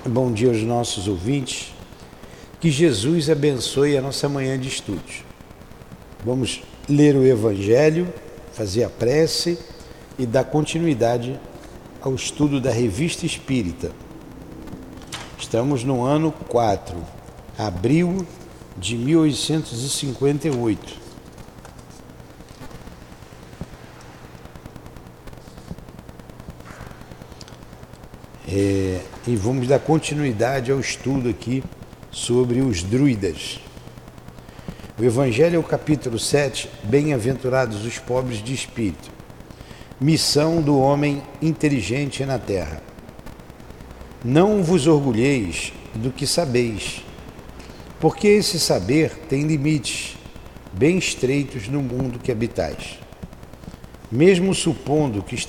bom dia aos nossos ouvintes. Que Jesus abençoe a nossa manhã de estudos. Vamos ler o Evangelho, fazer a prece e dar continuidade ao estudo da Revista Espírita. Estamos no ano 4, abril de 1858. E vamos dar continuidade ao estudo aqui sobre os druidas. O Evangelho é o capítulo 7, Bem-aventurados os pobres de espírito. Missão do homem inteligente na terra. Não vos orgulheis do que sabeis, porque esse saber tem limites bem estreitos no mundo que habitais. Mesmo supondo que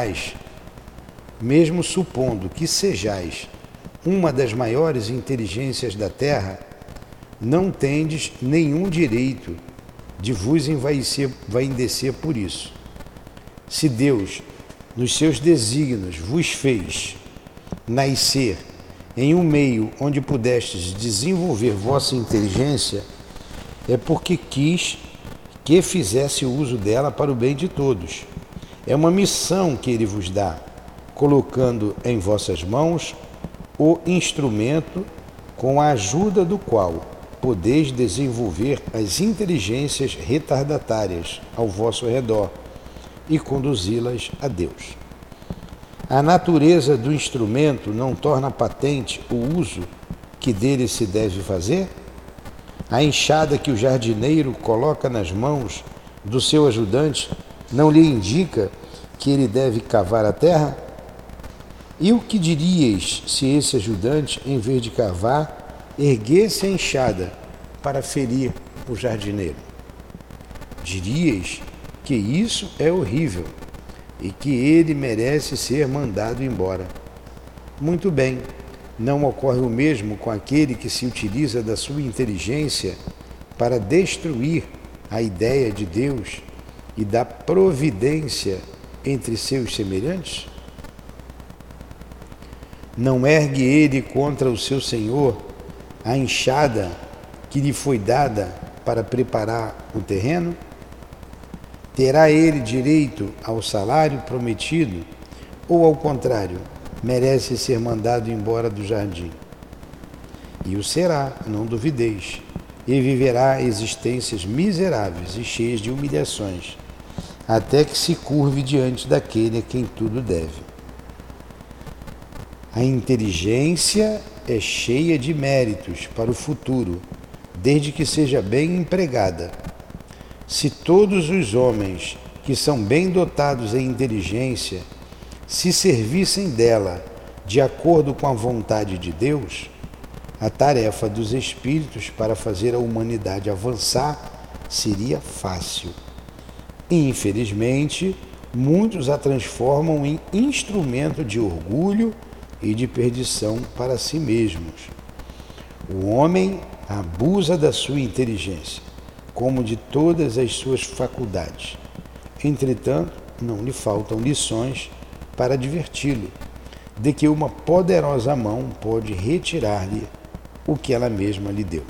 sejais uma das maiores inteligências da terra, não tendes nenhum direito de vos envaidecer por isso. Se Deus, nos seus desígnios, vos fez nascer em um meio onde pudestes desenvolver vossa inteligência, é porque quis que fizesse uso dela para o bem de todos. É uma missão que Ele vos dá, colocando em vossas mãos o instrumento com a ajuda do qual podeis desenvolver as inteligências retardatárias ao vosso redor e conduzi-las a Deus. A natureza do instrumento não torna patente o uso que dele se deve fazer? A enxada que o jardineiro coloca nas mãos do seu ajudante não lhe indica que ele deve cavar a terra? E o que diríeis se esse ajudante, em vez de cavar, erguesse a enxada para ferir o jardineiro? Diríeis que isso é horrível e que ele merece ser mandado embora. Muito bem, não ocorre o mesmo com aquele que se utiliza da sua inteligência para destruir a ideia de Deus e da providência entre seus semelhantes? Não ergue ele contra o seu Senhor a enxada que lhe foi dada para preparar o terreno? Terá ele direito ao salário prometido ou, ao contrário, merece ser mandado embora do jardim? E o será, não duvideis, e viverá existências miseráveis e cheias de humilhações, até que se curve diante daquele a quem tudo deve. A inteligência é cheia de méritos para o futuro, desde que seja bem empregada. Se todos os homens que são bem dotados em inteligência se servissem dela de acordo com a vontade de Deus, a tarefa dos espíritos para fazer a humanidade avançar seria fácil. Infelizmente, muitos a transformam em instrumento de orgulho e de perdição para si mesmos. O homem abusa da sua inteligência, como de todas as suas faculdades. Entretanto, não lhe faltam lições para adverti-lo de que uma poderosa mão pode retirar-lhe o que ela mesma lhe deu.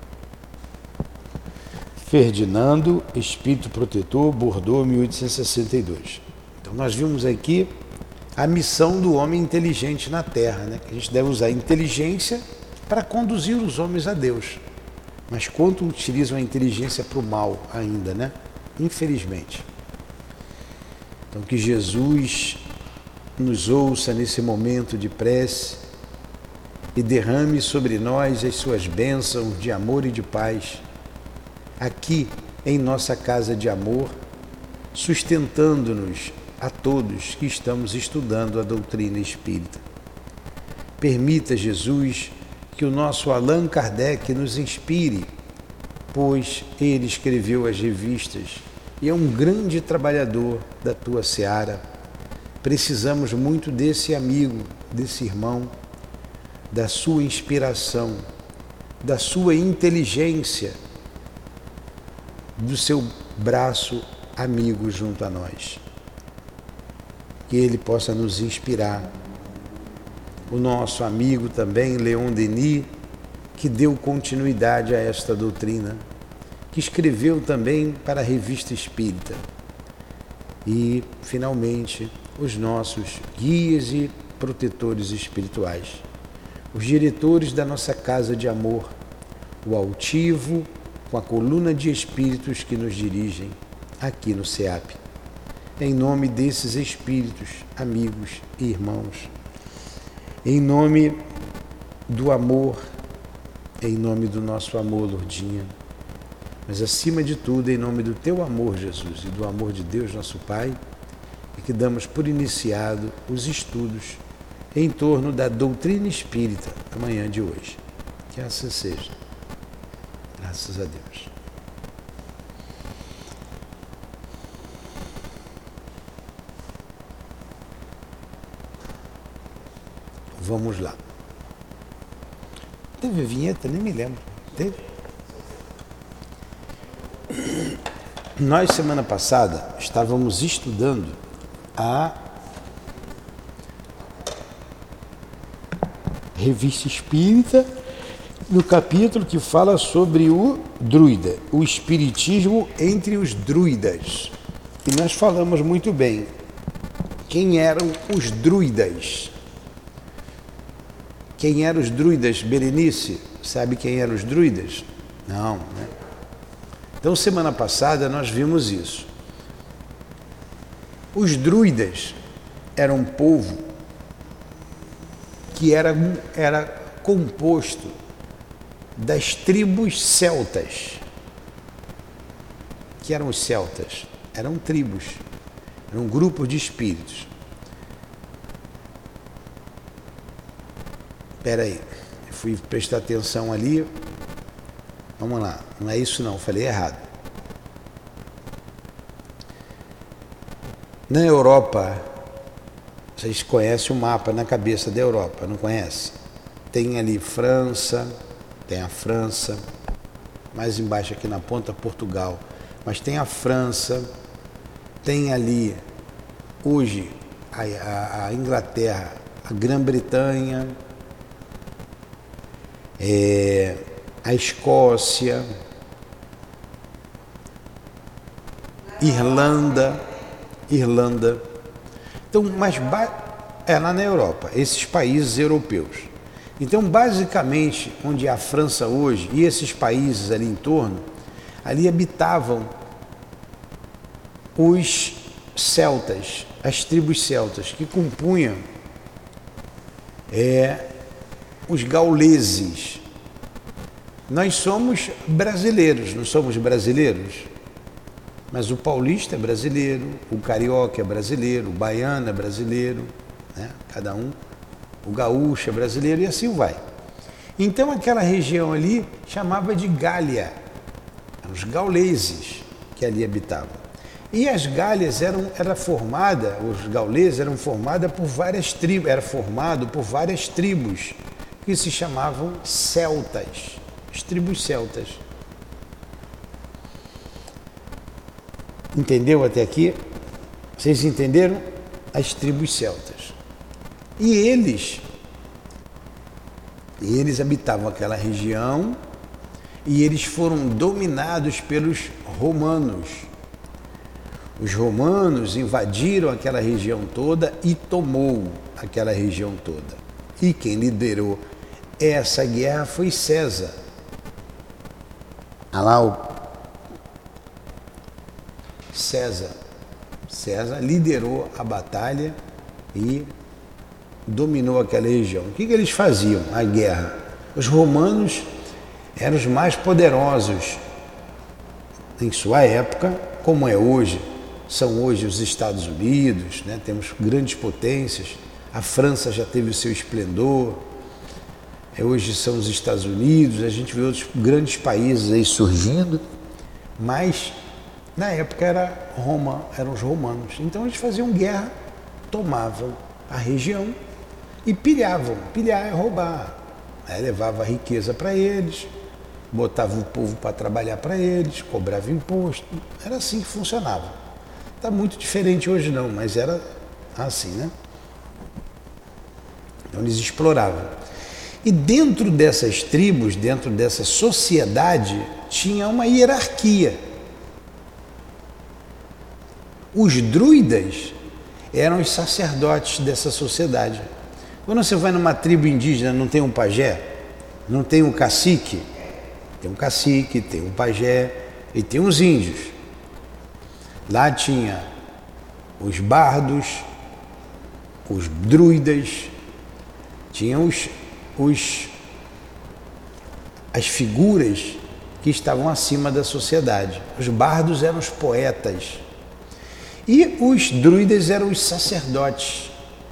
Ferdinando, Espírito Protetor, Bordeaux, 1862. Então nós vimos aqui a missão do homem inteligente na Terra, né? Que a gente deve usar a inteligência para conduzir os homens a Deus. Mas quanto utilizam a inteligência para o mal ainda, né? Infelizmente. Então que Jesus nos ouça nesse momento de prece e derrame sobre nós as suas bênçãos de amor e de paz, aqui em nossa casa de amor, sustentando-nos a todos que estamos estudando a doutrina espírita. Permita, Jesus, que o nosso Allan Kardec nos inspire, pois ele escreveu as revistas e é um grande trabalhador da tua seara. Precisamos muito desse amigo, desse irmão, da sua inspiração, da sua inteligência, do seu braço amigo junto a nós. Que ele possa nos inspirar o nosso amigo também, Leon Denis, que deu continuidade a esta doutrina, que escreveu também para a Revista Espírita. E, finalmente, os nossos guias e protetores espirituais, os diretores da nossa casa de amor, o altivo, com a coluna de espíritos que nos dirigem aqui no SEAP. Em nome desses espíritos, amigos e irmãos, em nome do amor, em nome do nosso amor, Lourdinha, mas acima de tudo, em nome do teu amor, Jesus, e do amor de Deus, nosso Pai, é que damos por iniciado os estudos em torno da doutrina espírita da manhã de hoje. Que assim seja. Graças a Deus. Vamos lá. Teve vinheta? Nem me lembro. Teve? Nós, semana passada, estávamos estudando a Revista Espírita, no capítulo que fala sobre o druida, o espiritismo entre os druidas. E nós falamos muito bem quem eram os druidas. Quem eram os druidas? Berenice, sabe quem eram os druidas? Não, né? Então, semana passada nós vimos isso. Os druidas eram um povo que era composto das tribos celtas. Que eram os celtas? Eram tribos, eram grupos de espíritos. Espera aí, eu fui prestar atenção ali. Vamos lá, não é isso não, falei errado. Na Europa, vocês conhecem o mapa na cabeça da Europa, não conhece? Tem ali França, tem a França, mais embaixo aqui na ponta Portugal, mas tem a França, tem ali hoje a Inglaterra, a Grã-Bretanha, a Escócia, Irlanda. Então, mas é lá na Europa, esses países europeus. Então, basicamente, onde é a França hoje e esses países ali em torno, ali habitavam os celtas, as tribos celtas, que compunham os gauleses. Nós somos brasileiros, não somos brasileiros? Mas o paulista é brasileiro, o carioca é brasileiro, o baiano é brasileiro, né? Cada um, o gaúcho é brasileiro e assim vai. Então aquela região ali chamava de Gália, os gauleses que ali habitavam. E as Gálias os gauleses eram formadas por várias tribos, que se chamavam celtas, as tribos celtas. Entendeu até aqui? Vocês entenderam? As tribos celtas. E eles habitavam aquela região e eles foram dominados pelos romanos. Os romanos invadiram aquela região toda e tomou aquela região toda. E quem liderou essa guerra foi César. Olha lá o César liderou a batalha e dominou aquela região. O que eles faziam? A guerra. Os romanos eram os mais poderosos em sua época, como é hoje. São hoje os Estados Unidos, né? Temos grandes potências. A França já teve o seu esplendor. Hoje são os Estados Unidos. A gente vê outros grandes países aí surgindo, mas na época era Roma, eram os romanos. Então eles faziam guerra, tomavam a região e pilhavam. Pilhar é roubar. Aí levava a riqueza para eles, botava o povo para trabalhar para eles, cobrava imposto. Era assim que funcionava. Está muito diferente hoje não, mas era assim, né? Então eles exploravam. E dentro dessas tribos, dentro dessa sociedade, tinha uma hierarquia. Os druidas eram os sacerdotes dessa sociedade. Quando você vai numa tribo indígena, não tem um pajé, não tem um cacique? Tem um cacique, tem um pajé e tem os índios. Lá tinha os bardos, os druidas, tinham as figuras que estavam acima da sociedade. Os bardos eram os poetas e os druidas eram os sacerdotes.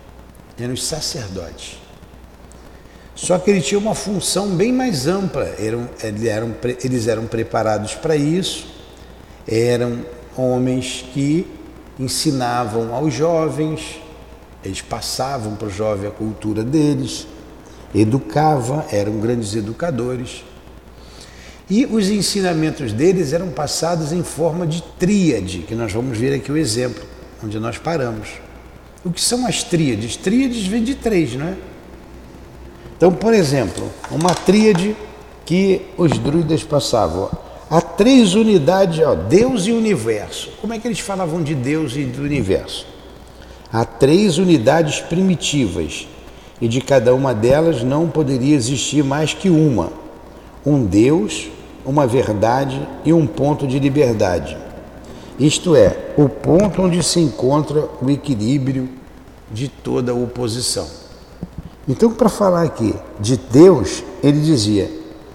Só que ele tinha uma função bem mais ampla. Eles eram preparados para isso, eram homens que ensinavam aos jovens, eles passavam para o jovem a cultura deles, educavam, eram grandes educadores. E os ensinamentos deles eram passados em forma de tríade, que nós vamos ver aqui o exemplo, onde nós paramos. O que são as tríades? Tríades vem de 3, não é? Então, por exemplo, uma tríade que os druidas passavam. Há 3 unidades, Deus e universo. Como é que eles falavam de Deus e do universo? Há 3 unidades primitivas, e de cada uma delas não poderia existir mais que uma. Um Deus, uma verdade e um ponto de liberdade. Isto é, o ponto onde se encontra o equilíbrio de toda a oposição. Então, para falar aqui de Deus, ele dizia: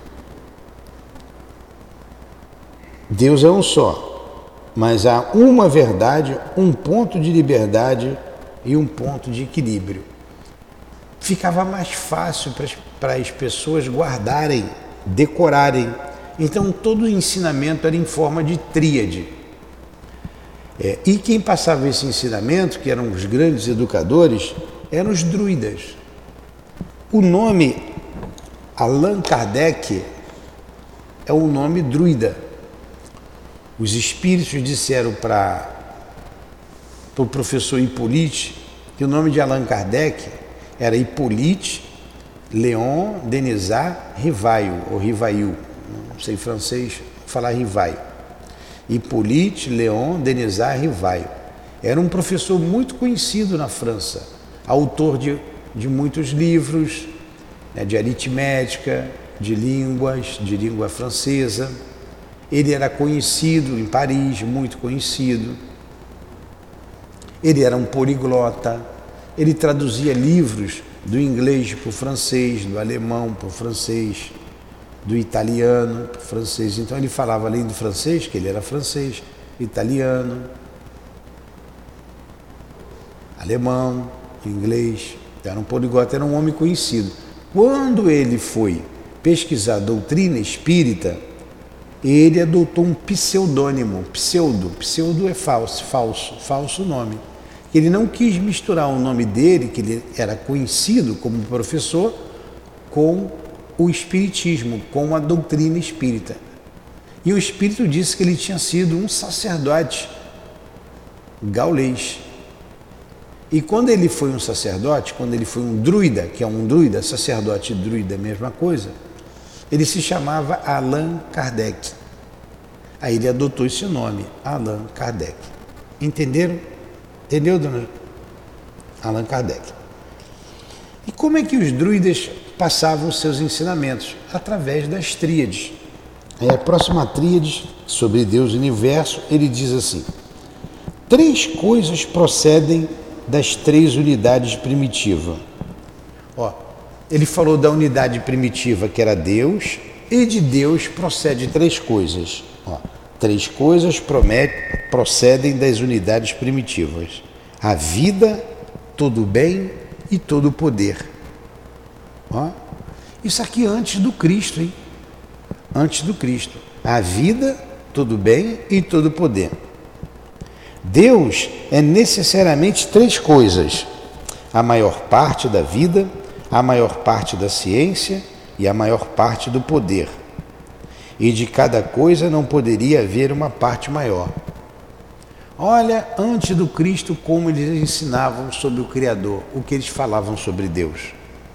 Deus é um só, mas há uma verdade, um ponto de liberdade e um ponto de equilíbrio. Ficava mais fácil para as pessoas guardarem, decorarem. Então, todo o ensinamento era em forma de tríade. E quem passava esse ensinamento, que eram os grandes educadores, eram os druidas. O nome Allan Kardec é um nome druida. Os espíritos disseram para o professor Hippolyte que o nome de Allan Kardec era Hippolyte Léon Denisard Rivail, ou Rivail, não sei francês, vou falar Rivail. Hippolyte Léon Denisard Rivail. Era um professor muito conhecido na França, autor de muitos livros, de aritmética, de línguas, de língua francesa. Ele era conhecido em Paris, muito conhecido. Ele era um poliglota. Ele traduzia livros do inglês para o francês, do alemão para o francês, do italiano para o francês. Então ele falava, além do francês, que ele era francês, italiano, alemão, inglês. Era um poliglota, era um homem conhecido. Quando ele foi pesquisar a doutrina espírita, ele adotou um pseudônimo, pseudo é falso nome. Ele não quis misturar o nome dele, que ele era conhecido como professor, com o espiritismo, com a doutrina espírita. E o espírito disse que ele tinha sido um sacerdote gaulês. E quando ele foi um sacerdote, quando ele foi um druida, que é um druida, sacerdote e druida, a mesma coisa, ele se chamava Allan Kardec. Aí ele adotou esse nome, Allan Kardec. Entenderam? Entendeu, dona Allan Kardec? E como é que os druidas passavam os seus ensinamentos? Através das tríades. A próxima tríade, sobre Deus e o universo, ele diz assim: 3 coisas procedem das 3 unidades primitivas. Ele falou da unidade primitiva, que era Deus, e de Deus procede 3 coisas. 3 coisas procedem das unidades primitivas: a vida, todo o bem e todo o poder. Isso aqui antes do Cristo, hein? Antes do Cristo. A vida, todo o bem e todo o poder. Deus é necessariamente 3 coisas: a maior parte da vida, a maior parte da ciência e a maior parte do poder. E de cada coisa não poderia haver uma parte maior. Olha, antes do Cristo, como eles ensinavam sobre o Criador, o que eles falavam sobre Deus.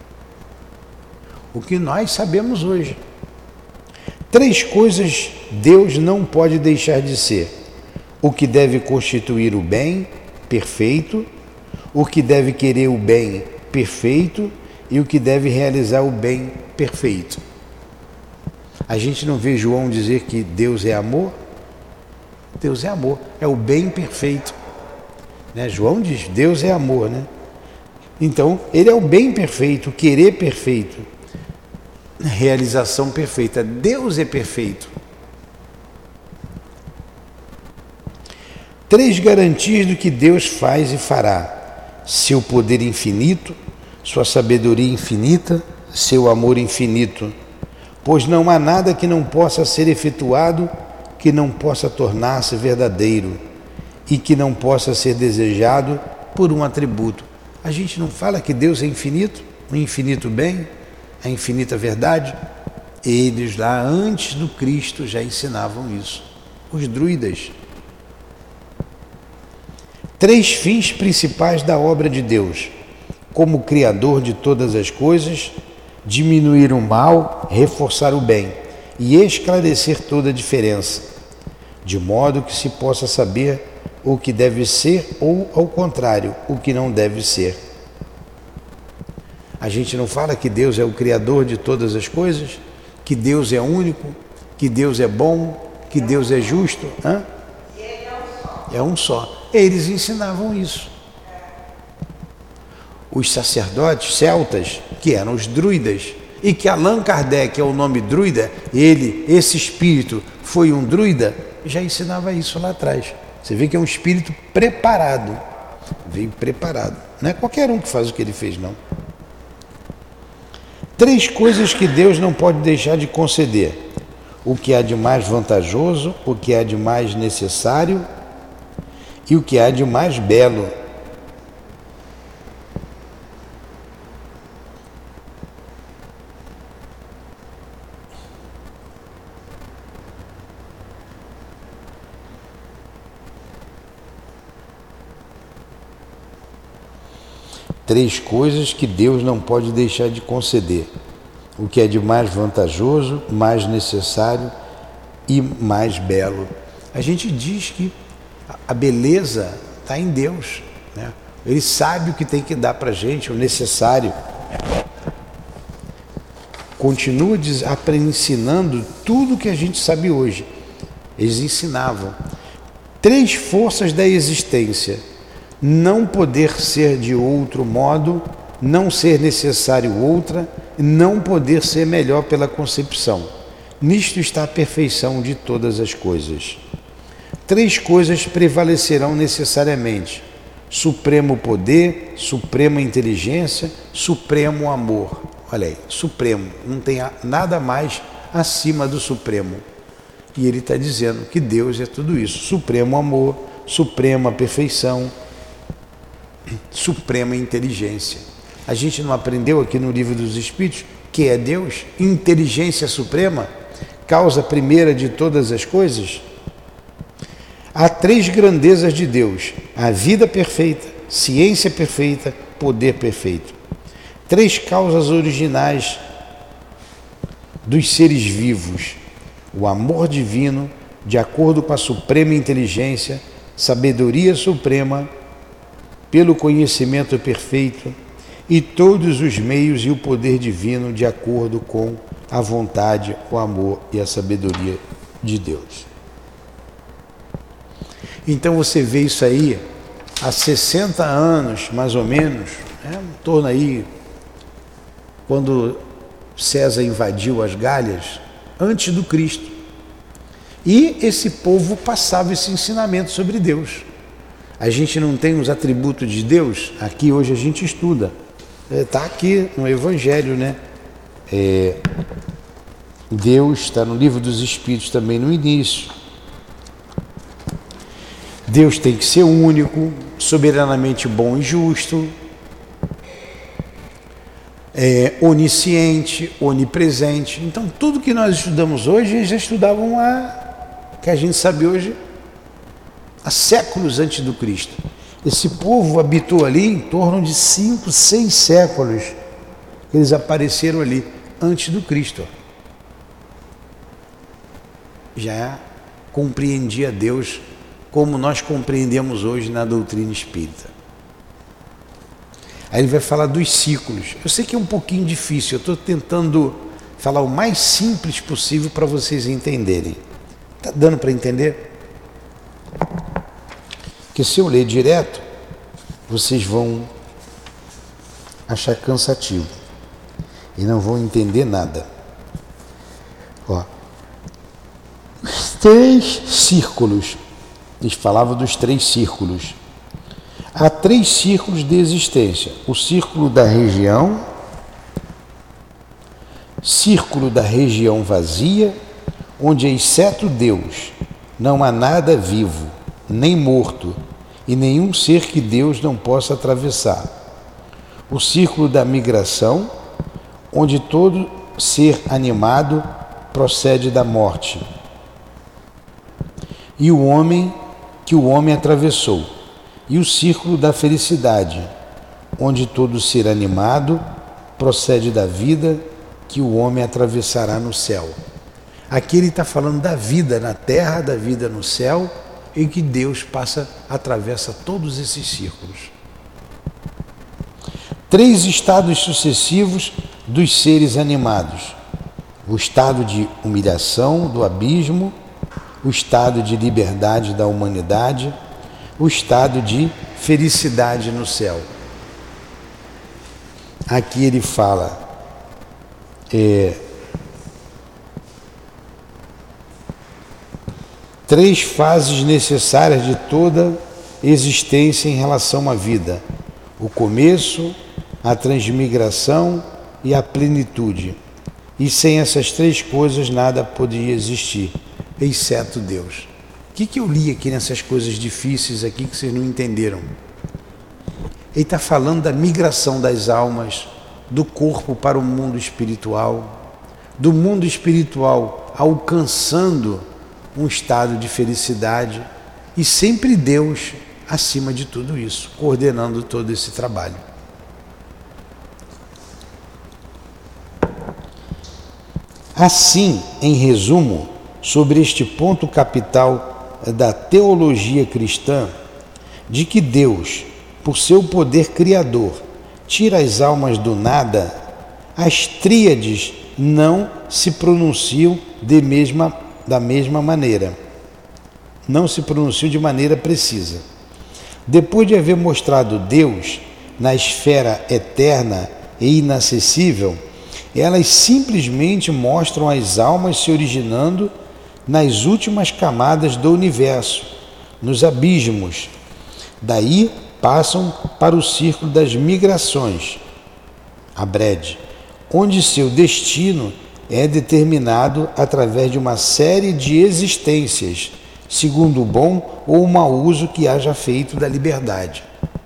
o que nós sabemos hoje. 3 coisas Deus não pode deixar de ser: o que deve constituir o bem perfeito, o que deve querer o bem perfeito e o que deve realizar o bem perfeito. A gente não vê João dizer que Deus é amor? Deus é amor, é o bem perfeito, né? João diz, Deus é amor, né? Então, ele é o bem perfeito, o querer perfeito, realização perfeita. Deus é perfeito. 3 garantias do que Deus faz e fará: seu poder infinito, sua sabedoria infinita, seu amor infinito, pois não há nada que não possa ser efetuado, que não possa tornar-se verdadeiro e que não possa ser desejado por um atributo. A gente não fala que Deus é infinito, o infinito bem, a infinita verdade? Eles lá antes do Cristo já ensinavam isso, os druidas. 3 fins principais da obra de Deus: como Criador de todas as coisas, diminuir o mal, reforçar o bem e esclarecer toda a diferença, de modo que se possa saber o que deve ser ou, ao contrário, o que não deve ser. A gente não fala que Deus é o Criador de todas as coisas, que Deus é único, que Deus é bom, que Deus é justo? É um só. Eles ensinavam isso. Os sacerdotes celtas, que eram os druidas, e que Allan Kardec é o nome druida, esse espírito foi um druida, já ensinava isso lá atrás. Você vê que é um espírito preparado, veio preparado. Não é qualquer um que faz o que ele fez, não. 3 coisas que Deus não pode deixar de conceder: o que há de mais vantajoso, o que há de mais necessário e o que há de mais belo. Três coisas que Deus não pode deixar de conceder: o que é de mais vantajoso, mais necessário e mais belo. A gente diz que a beleza está em Deus, né? Ele sabe o que tem que dar para a gente, o necessário. Continua ensinando tudo que a gente sabe hoje. Eles ensinavam 3 forças da existência: não poder ser de outro modo, não ser necessário outra, não poder ser melhor pela concepção. Nisto está a perfeição de todas as coisas. 3 coisas prevalecerão necessariamente: supremo poder, suprema inteligência, supremo amor. Olha aí, supremo, não tem nada mais acima do supremo. E ele está dizendo que Deus é tudo isso: supremo amor, suprema perfeição, suprema inteligência. A gente não aprendeu aqui no Livro dos Espíritos que é Deus, inteligência suprema, causa primeira de todas as coisas? Há 3 grandezas de Deus: a vida perfeita, ciência perfeita, poder perfeito. 3 causas originais dos seres vivos: o amor divino, de acordo com a suprema inteligência, sabedoria suprema, pelo conhecimento perfeito, e todos os meios e o poder divino de acordo com a vontade, o amor e a sabedoria de Deus. Então você vê isso aí há 60 anos, mais ou menos, em torno aí, quando César invadiu as Gálias, antes do Cristo. E esse povo passava esse ensinamento sobre Deus. A gente não tem os atributos de Deus? Aqui hoje a gente estuda. Está aqui no Evangelho, né? Deus está no Livro dos Espíritos também no início. Deus tem que ser único, soberanamente bom e justo, onisciente, onipresente. Então tudo que nós estudamos hoje, eles já estudavam que a gente sabe hoje, há séculos antes do Cristo. Esse povo habitou ali em torno de 5, 6 séculos que eles apareceram ali. antes do Cristo. Já compreendia Deus como nós compreendemos hoje na doutrina espírita. Aí ele vai falar dos ciclos. Eu sei que é um pouquinho difícil, eu estou tentando falar o mais simples possível para vocês entenderem. Está dando para entender? Porque se eu ler direto, vocês vão achar cansativo e não vão entender nada. Ó, os 3 círculos, eles falavam dos 3 círculos. Há 3 círculos de existência: o círculo da região, círculo da região vazia, onde, exceto Deus, não há nada vivo, nem morto, e nenhum ser que Deus não possa atravessar. O círculo da migração, onde todo ser animado procede da morte. E o homem que o homem atravessou. E o círculo da felicidade, onde todo ser animado procede da vida que o homem atravessará no céu. Aqui ele está falando da vida na terra, da vida no céu, em que Deus atravessa todos esses círculos. 3 estados sucessivos dos seres animados: o estado de humilhação do abismo, o estado de liberdade da humanidade, o estado de felicidade no céu. Aqui ele fala 3 fases necessárias de toda existência em relação à vida: o começo, a transmigração e a plenitude. E sem essas 3 coisas nada poderia existir, exceto Deus. O que eu li aqui nessas coisas difíceis aqui que vocês não entenderam? Ele está falando da migração das almas do corpo para o mundo espiritual, do mundo espiritual alcançando um estado de felicidade, e sempre Deus acima de tudo isso, coordenando todo esse trabalho. Assim, em resumo, sobre este ponto capital da teologia cristã, de que Deus, por seu poder criador, tira as almas do nada, as tríades não se pronunciam da mesma maneira. Não se pronunciam de maneira precisa. Depois de haver mostrado Deus na esfera eterna e inacessível, elas simplesmente mostram as almas se originando nas últimas camadas do universo, nos abismos. Daí passam para o círculo das migrações, a Brede, onde seu destino é determinado através de uma série de existências, segundo o bom ou o mau uso que haja feito da liberdade.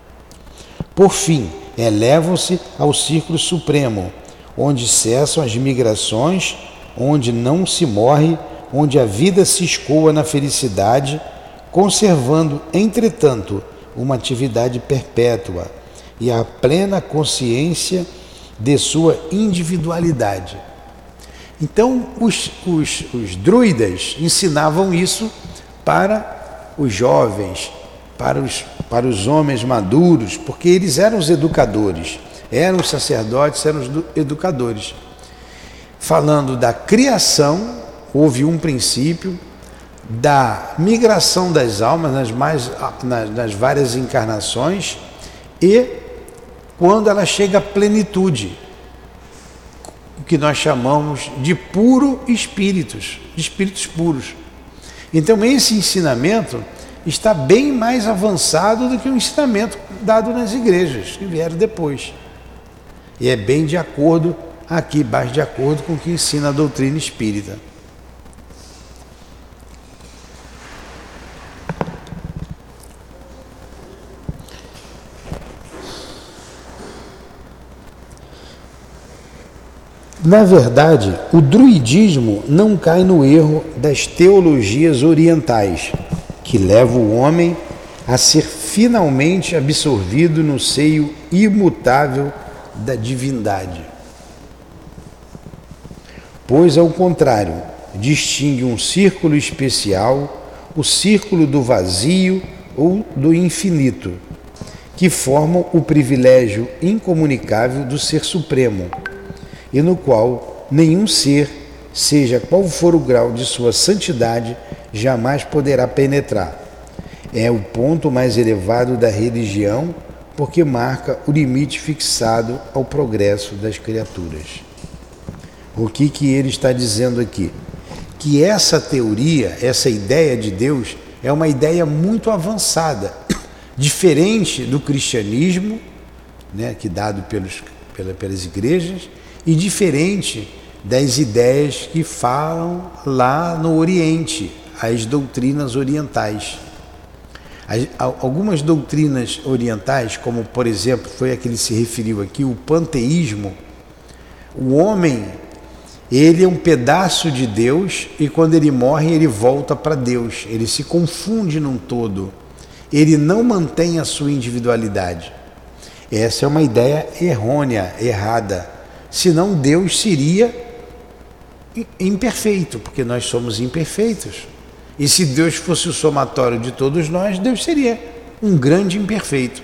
Por fim, elevam-se ao círculo supremo, onde cessam as migrações, onde não se morre, onde a vida se escoa na felicidade, conservando, entretanto, uma atividade perpétua e a plena consciência de sua individualidade. Então, os druidas ensinavam isso para os jovens, para os homens maduros, porque eles eram os educadores, eram os sacerdotes, eram os educadores. Falando da criação, houve um princípio, da migração das almas nas várias encarnações, e quando ela chega à plenitude, o que nós chamamos de puro espíritos, de espíritos puros. Então esse ensinamento está bem mais avançado do que o ensinamento dado nas igrejas que vieram depois. E é bem de acordo, aqui, mais de acordo com o que ensina a doutrina espírita. Na verdade, o druidismo não cai no erro das teologias orientais, que levam o homem a ser finalmente absorvido no seio imutável da divindade. pois, ao contrário, distingue um círculo especial, o círculo do vazio ou do infinito, que formam o privilégio incomunicável do Ser Supremo, e no qual nenhum ser, seja qual for o grau de sua santidade, jamais poderá penetrar. É o ponto mais elevado da religião, porque marca o limite fixado ao progresso das criaturas. O que ele está dizendo aqui? Que essa teoria, essa ideia de Deus, é uma ideia muito avançada, diferente do cristianismo, né, que dado pelas igrejas, e diferente das ideias que falam lá no Oriente, as doutrinas orientais. Algumas doutrinas orientais, como por exemplo, foi a que ele se referiu aqui, o panteísmo, o homem, ele é um pedaço de Deus e quando ele morre ele volta para Deus, ele se confunde num todo, ele não mantém a sua individualidade. Essa é uma ideia errônea, errada, senão Deus seria imperfeito, porque nós somos imperfeitos. E se Deus fosse o somatório de todos nós, Deus seria um grande imperfeito,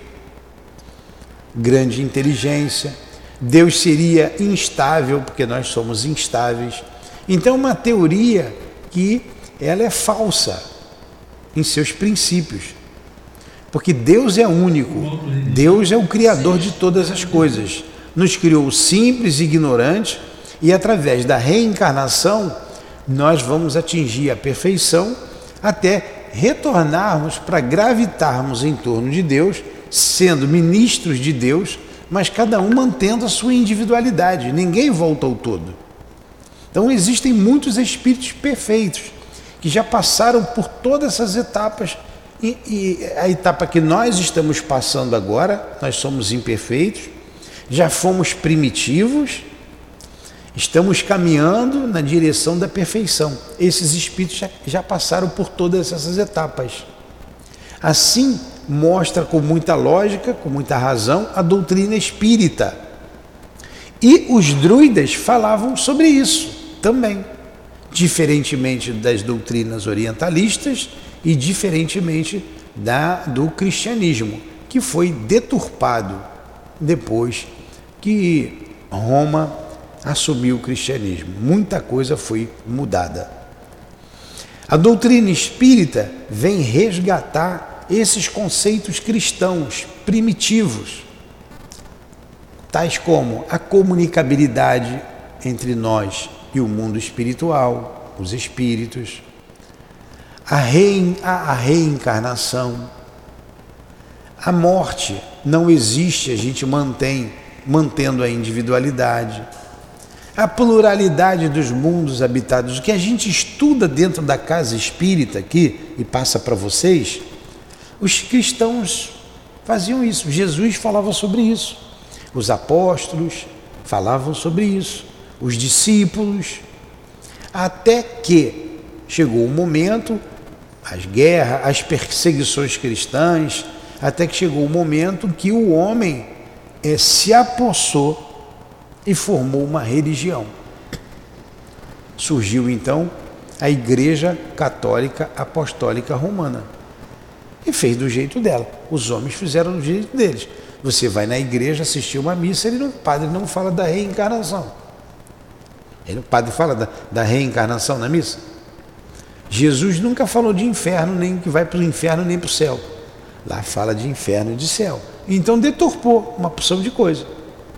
grande inteligência. Deus seria instável, porque nós somos instáveis. Então, uma teoria que ela é falsa em seus princípios, porque Deus é único, Deus é o Criador de todas as coisas, nos criou simples e ignorantes, e através da reencarnação nós vamos atingir a perfeição até retornarmos para gravitarmos em torno de Deus, sendo ministros de Deus, mas cada um mantendo a sua individualidade, ninguém volta ao todo. Então existem muitos espíritos perfeitos que já passaram por todas essas etapas e a etapa que nós estamos passando agora, nós somos imperfeitos, já fomos primitivos, estamos caminhando na direção da perfeição. Esses espíritos já passaram por todas essas etapas. Assim, mostra com muita lógica, com muita razão, a doutrina espírita. E os druidas falavam sobre isso também, diferentemente das doutrinas orientalistas e diferentemente do cristianismo, que foi deturpado depois que Roma assumiu o cristianismo. Muita coisa foi mudada. A doutrina espírita vem resgatar esses conceitos cristãos primitivos, tais como a comunicabilidade entre nós e o mundo espiritual, os espíritos, a reencarnação, a morte não existe, a gente mantendo a individualidade, a pluralidade dos mundos habitados, o que a gente estuda dentro da casa espírita aqui e passa para vocês, os cristãos faziam isso, Jesus falava sobre isso, os apóstolos falavam sobre isso, os discípulos, até que chegou o momento, as guerras, as perseguições cristãs, até que chegou o momento que o homem se apossou e formou uma religião. Surgiu então a Igreja Católica Apostólica Romana e fez do jeito dela. Os homens fizeram do jeito deles. Você vai na igreja assistir uma missa, o padre não fala da reencarnação. O padre fala da reencarnação na missa. Jesus nunca falou de inferno, nem que vai para o inferno nem para o céu. Lá fala de inferno e de céu. Então deturpou uma porção de coisa.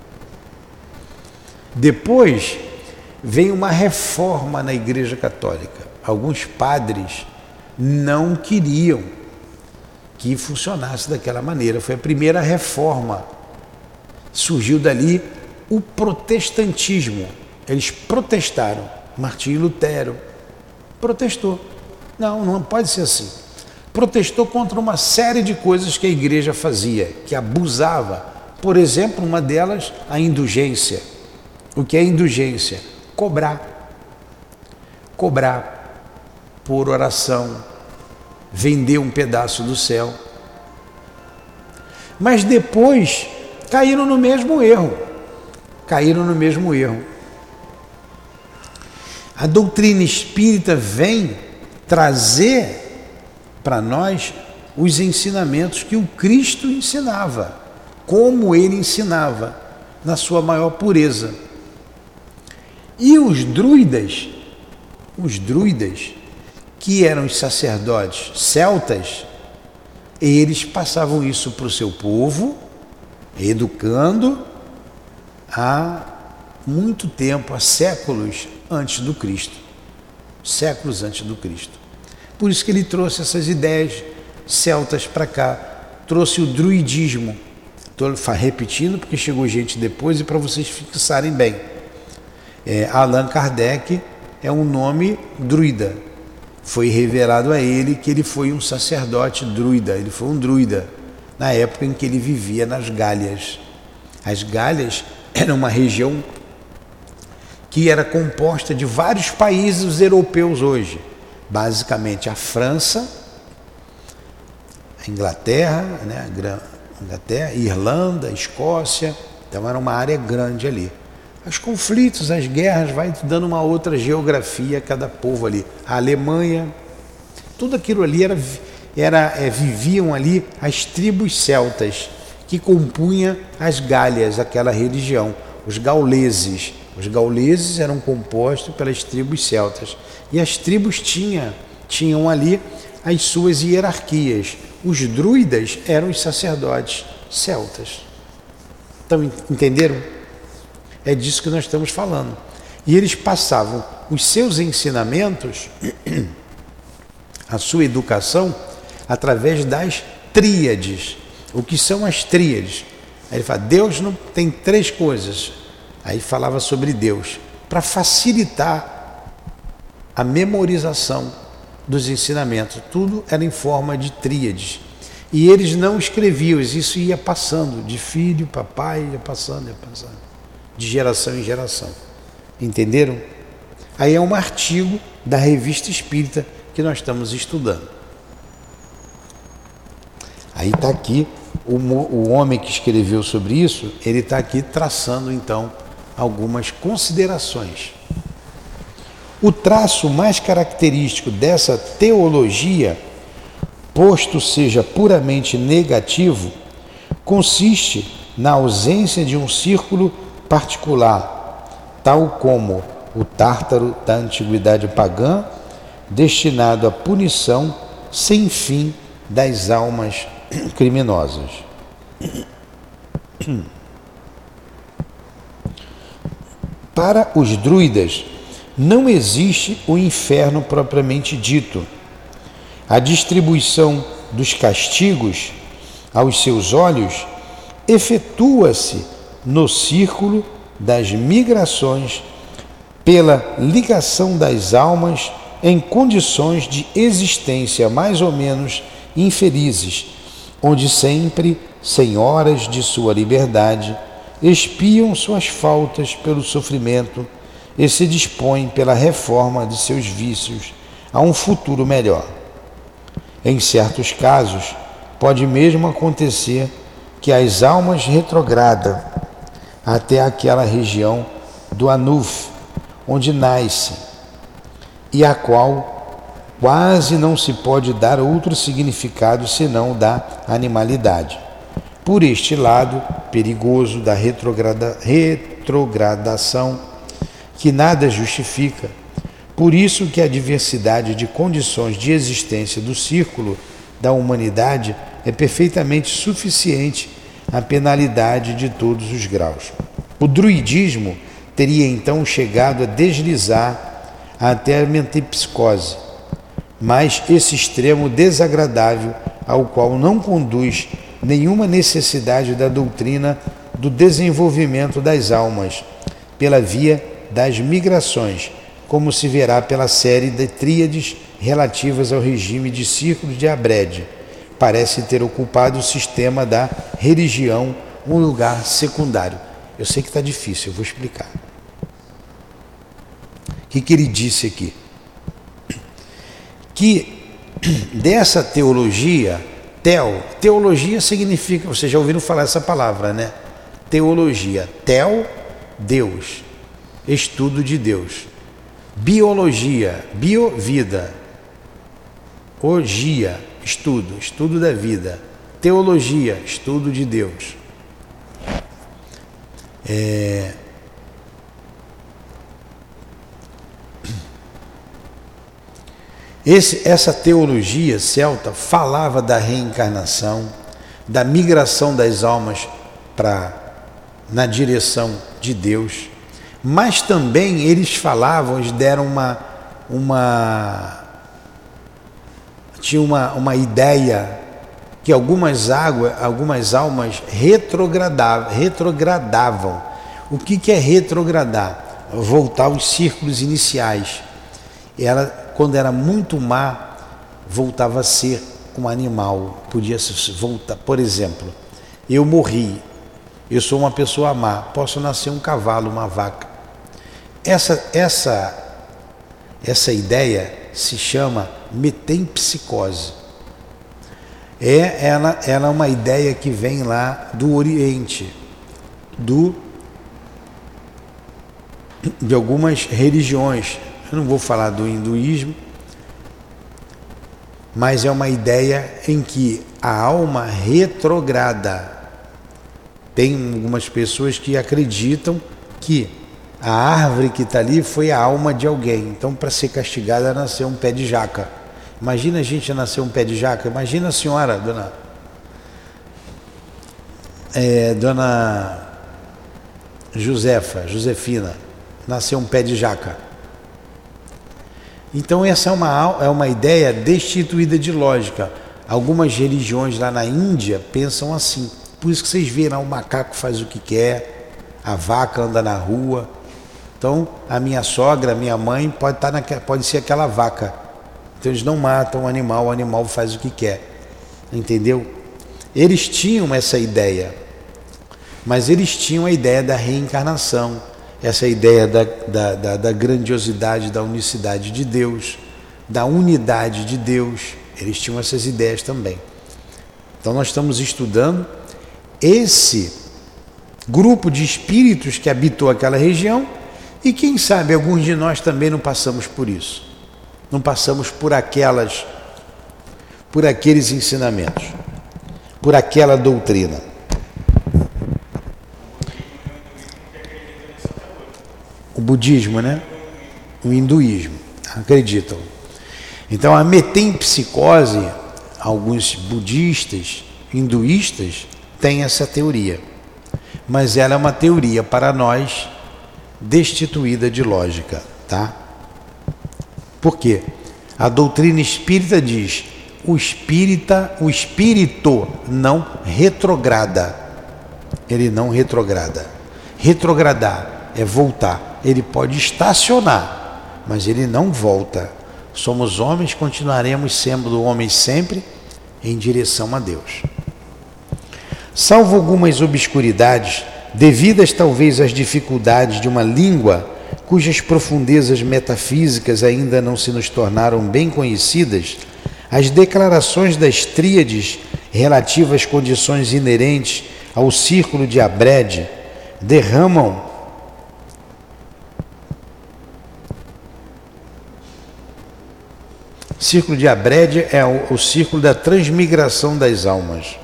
Depois veio uma reforma na Igreja Católica. Alguns padres não queriam que funcionasse daquela maneira. Foi a primeira reforma. Surgiu dali o protestantismo. Eles protestaram. Martinho Lutero protestou. Não pode ser assim. Protestou contra uma série de coisas que a igreja fazia, que abusava. Por exemplo, uma delas, a indulgência. O que é indulgência? Cobrar por oração, vender um pedaço do céu. Mas depois caíram no mesmo erro. A doutrina espírita vem trazer para nós os ensinamentos que o Cristo ensinava, como ele ensinava, na sua maior pureza. E os druidas, que eram os sacerdotes celtas, eles passavam isso para o seu povo, educando há muito tempo, há séculos antes do Cristo. Séculos antes do Cristo. Por isso que ele trouxe essas ideias celtas para cá, trouxe o druidismo. Estou repetindo porque chegou gente depois e para vocês fixarem bem. Allan Kardec é um nome druida. Foi revelado a ele que ele foi um sacerdote druida, ele foi um druida, na época em que ele vivia nas Gálias. As Gálias eram uma região que era composta de vários países europeus hoje, basicamente a França, a Inglaterra, né, Inglaterra, Irlanda, Escócia, então era uma área grande ali. Os conflitos, as guerras, vai dando uma outra geografia a cada povo ali. A Alemanha, tudo aquilo ali viviam ali as tribos celtas que compunham as Gálias, aquela religião, os gauleses. Os gauleses eram compostos pelas tribos celtas e as tribos tinham ali as suas hierarquias. Os druidas eram os sacerdotes celtas. Então, entenderam? É disso que nós estamos falando. E eles passavam os seus ensinamentos, a sua educação, através das tríades. O que são as tríades? Aí ele fala, Deus não tem três coisas. Aí falava sobre Deus, para facilitar a memorização dos ensinamentos. Tudo era em forma de tríades. E eles não escreviam, isso ia passando, de filho para pai, ia passando, de geração em geração. Entenderam? Aí é um artigo da Revista Espírita que nós estamos estudando. Aí está aqui, o homem que escreveu sobre isso, ele está aqui traçando então algumas considerações. O traço mais característico dessa teologia, posto seja puramente negativo, consiste na ausência de um círculo particular, tal como o tártaro da antiguidade pagã, destinado à punição sem fim das almas criminosas. Para os druidas, não existe o inferno propriamente dito. A distribuição dos castigos aos seus olhos efetua-se no círculo das migrações pela ligação das almas em condições de existência mais ou menos infelizes, onde sempre, senhoras de sua liberdade, expiam suas faltas pelo sofrimento e se dispõem pela reforma de seus vícios a um futuro melhor. Em certos casos, pode mesmo acontecer que as almas retrogradam até aquela região do Anuf, onde nasce, e a qual quase não se pode dar outro significado senão da animalidade. Por este lado perigoso da retrogradação, que nada justifica, por isso que a diversidade de condições de existência do círculo da humanidade é perfeitamente suficiente à penalidade de todos os graus. O druidismo teria então chegado a deslizar até a metempsicose, mas esse extremo desagradável ao qual não conduz nenhuma necessidade da doutrina do desenvolvimento das almas pela via das migrações, como se verá pela série de tríades relativas ao regime de círculos de Abred, parece ter ocupado o sistema da religião um lugar secundário. Eu sei que está difícil, eu vou explicar. O que ele disse aqui? Que dessa teologia, teologia significa, vocês já ouviram falar essa palavra, né? Teologia, Deus, estudo de Deus. biologia, vida, ogia, estudo da vida, teologia, estudo de Deus. Essa teologia celta falava da reencarnação, da migração das almas na direção de Deus, mas também eles deram tinha uma ideia que algumas almas retrogradavam. O que é retrogradar? Voltar aos círculos iniciais. Quando era muito má, voltava a ser um animal. Podia voltar. Por exemplo, eu morri, eu sou uma pessoa má, posso nascer um cavalo, uma vaca. Essa ideia se chama metempsicose. Ela é uma ideia que vem lá do Oriente, de algumas religiões. Eu não vou falar do hinduísmo, mas é uma ideia em que a alma retrograda. Tem algumas pessoas que acreditam que a árvore que está ali foi a alma de alguém. Então, para ser castigada, nasceu um pé de jaca. Imagina a gente nascer um pé de jaca. Imagina a senhora, dona Josefina, nasceu um pé de jaca. Então essa é uma ideia destituída de lógica. Algumas religiões lá na Índia pensam assim. Por isso que vocês viram, o macaco faz o que quer, a vaca anda na rua. Então a minha sogra, a minha mãe pode ser aquela vaca. Então eles não matam o animal faz o que quer. Entendeu? Eles tinham essa ideia, mas eles tinham a ideia da reencarnação, essa ideia da grandiosidade, da unicidade de Deus, da unidade de Deus. Eles tinham essas ideias também. Então nós estamos estudando esse grupo de espíritos que habitou aquela região e quem sabe alguns de nós também não passamos por isso. Não passamos por aqueles ensinamentos, por aquela doutrina. O budismo, né? O hinduísmo, acreditam. Então a metempsicose, alguns budistas, hinduístas, têm essa teoria. Mas ela é uma teoria para nós destituída de lógica, tá? Por quê? A doutrina espírita diz: o espírito não retrograda. Ele não retrograda. Retrogradar é voltar. Ele pode estacionar, mas ele não volta. Somos homens, continuaremos sendo homens sempre em direção a Deus. Salvo algumas obscuridades, devidas talvez às dificuldades de uma língua cujas profundezas metafísicas ainda não se nos tornaram bem conhecidas, as declarações das tríades relativas às condições inerentes ao círculo de Abrede derramam o círculo de Abrede é o círculo da transmigração das almas.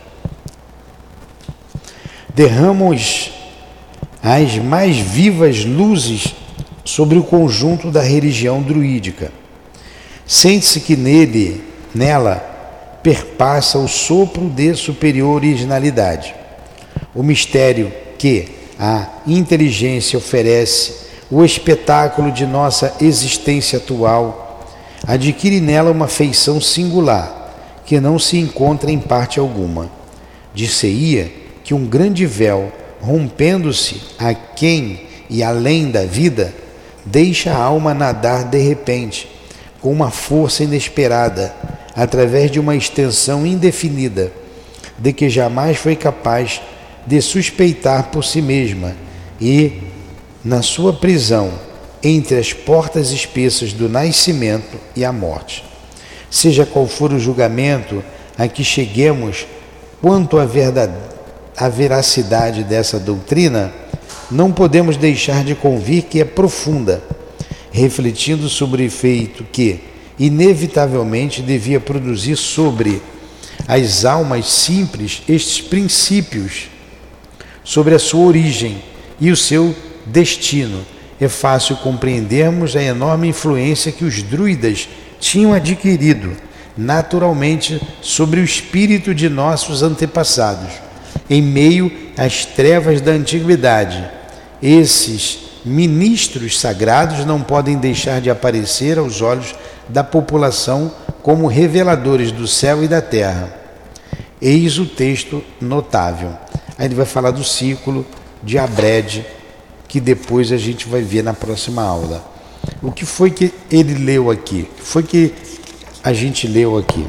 Derramam as mais vivas luzes sobre o conjunto da religião druídica. Sente-se que nela perpassa o sopro de superior originalidade. O mistério que a inteligência oferece, o espetáculo de nossa existência atual, adquire nela uma feição singular, que não se encontra em parte alguma. Dir-se-ia que um grande véu, rompendo-se aquém e além da vida, deixa a alma nadar de repente, com uma força inesperada, através de uma extensão indefinida, de que jamais foi capaz de suspeitar por si mesma, e, na sua prisão, entre as portas espessas do nascimento e a morte. Seja qual for o julgamento a que cheguemos quanto à veracidade dessa doutrina, não podemos deixar de convir que é profunda refletindo sobre o efeito que, inevitavelmente, devia produzir sobre as almas simples estes princípios, sobre a sua origem e o seu destino. É fácil compreendermos a enorme influência que os druidas tinham adquirido naturalmente sobre o espírito de nossos antepassados, em meio às trevas da antiguidade. Esses ministros sagrados não podem deixar de aparecer aos olhos da população como reveladores do céu e da terra. Eis o texto notável. Aí ele vai falar do círculo de Abred, que depois a gente vai ver na próxima aula. O que foi que ele leu aqui? O que foi que a gente leu aqui?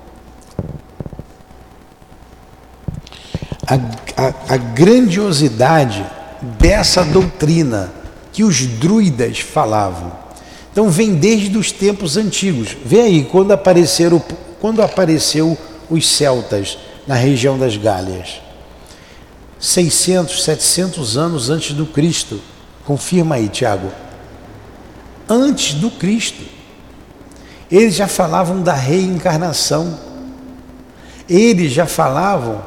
A grandiosidade dessa doutrina que os druidas falavam. Então vem desde os tempos antigos. Vê aí, quando apareceu os celtas na região das Gálias. 600, 700 anos antes do Cristo. Confirma aí, Tiago. Antes do Cristo. Eles já falavam da reencarnação. Eles já falavam,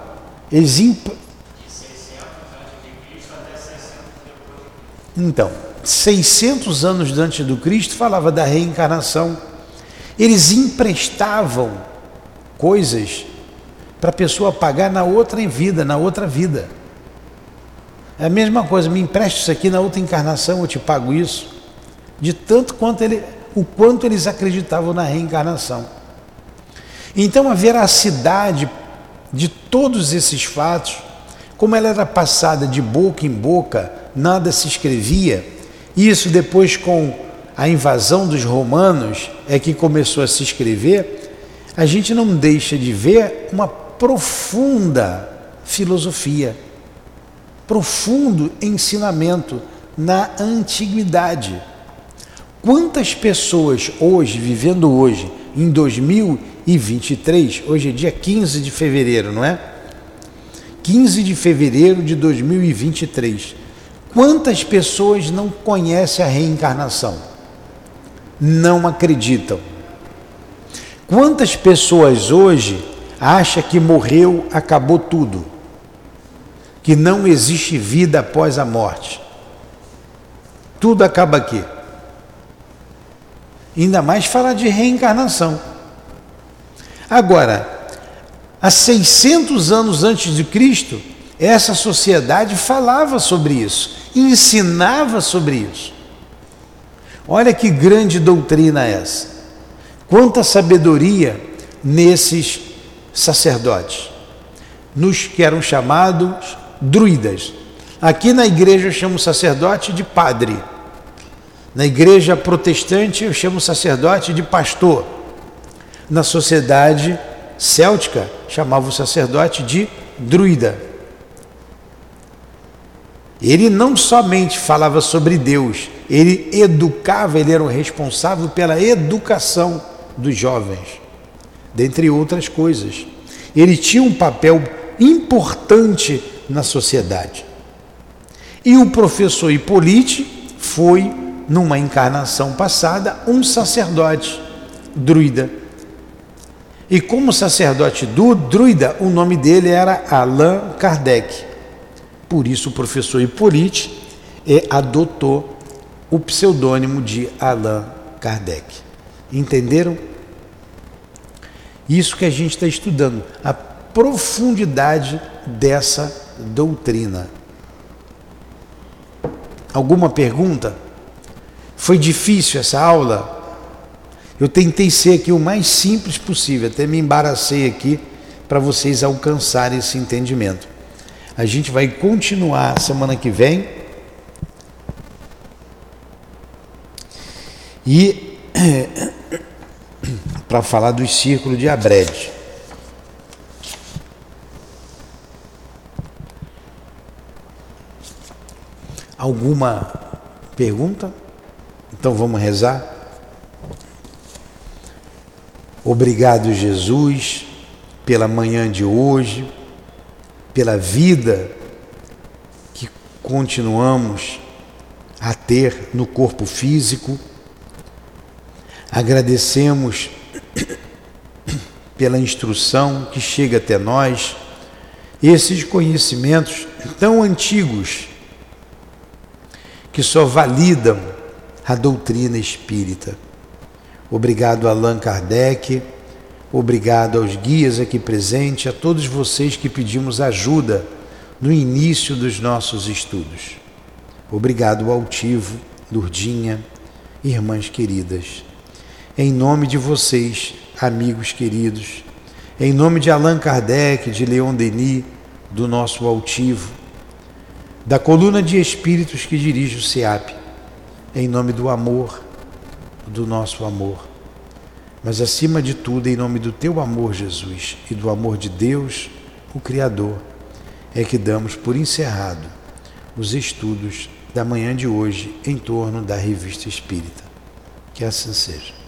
Então, 600 anos antes do Cristo falava da reencarnação. Eles emprestavam coisas para a pessoa pagar na outra vida, na outra vida. É a mesma coisa, me empresta isso aqui, na outra encarnação eu te pago isso. De tanto o quanto eles acreditavam na reencarnação. Então a veracidade de todos esses fatos, como ela era passada de boca em boca, nada se escrevia, isso depois com a invasão dos romanos é que começou a se escrever, a gente não deixa de ver uma profunda filosofia, profundo ensinamento na antiguidade. Quantas pessoas hoje, vivendo hoje, em 2023, hoje é dia 15 de fevereiro, não é? 15 de fevereiro de 2023. Quantas pessoas não conhecem a reencarnação? Não acreditam. Quantas pessoas hoje acham que morreu, acabou tudo? Que não existe vida após a morte? Tudo acaba aqui. Ainda mais falar de reencarnação. Agora, há 600 anos antes de Cristo, essa sociedade falava sobre isso, ensinava sobre isso. Olha que grande doutrina essa. Quanta sabedoria nesses sacerdotes, nos que eram chamados druidas. Aqui na igreja eu chamo o sacerdote de padre. Na igreja protestante eu chamo o sacerdote de pastor. Na sociedade céltica chamava o sacerdote de druida. Ele não somente falava sobre Deus, ele educava, ele era o responsável pela educação dos jovens, dentre outras coisas. Ele tinha um papel importante na sociedade. E o professor Hipólite foi, numa encarnação passada, um sacerdote druida. E como sacerdote druida, o nome dele era Allan Kardec. Por isso o professor Hipólite adotou o pseudônimo de Allan Kardec. Entenderam? Isso que a gente está estudando, a profundidade dessa doutrina. Alguma pergunta? Foi difícil essa aula? Eu tentei ser aqui o mais simples possível, até me embaracei aqui para vocês alcançarem esse entendimento. A gente vai continuar semana que vem e para falar dos círculos de Abred. Alguma pergunta? Então vamos rezar. Obrigado, Jesus, pela manhã de hoje, pela vida que continuamos a ter no corpo físico, Agradecemos pela instrução que chega até nós, esses conhecimentos tão antigos que só validam a doutrina espírita. Obrigado a Allan Kardec, obrigado aos guias aqui presentes, a todos vocês que pedimos ajuda no início dos nossos estudos. Obrigado ao Altivo, Lourdinha, irmãs queridas. Em nome de vocês, amigos queridos, em nome de Allan Kardec, de Leon Denis, do nosso Altivo, da coluna de espíritos que dirige o SEAP, em nome do amor, do nosso amor, mas acima de tudo, em nome do teu amor, Jesus, e do amor de Deus, o Criador, é que damos por encerrado os estudos da manhã de hoje em torno da Revista Espírita. Que assim seja.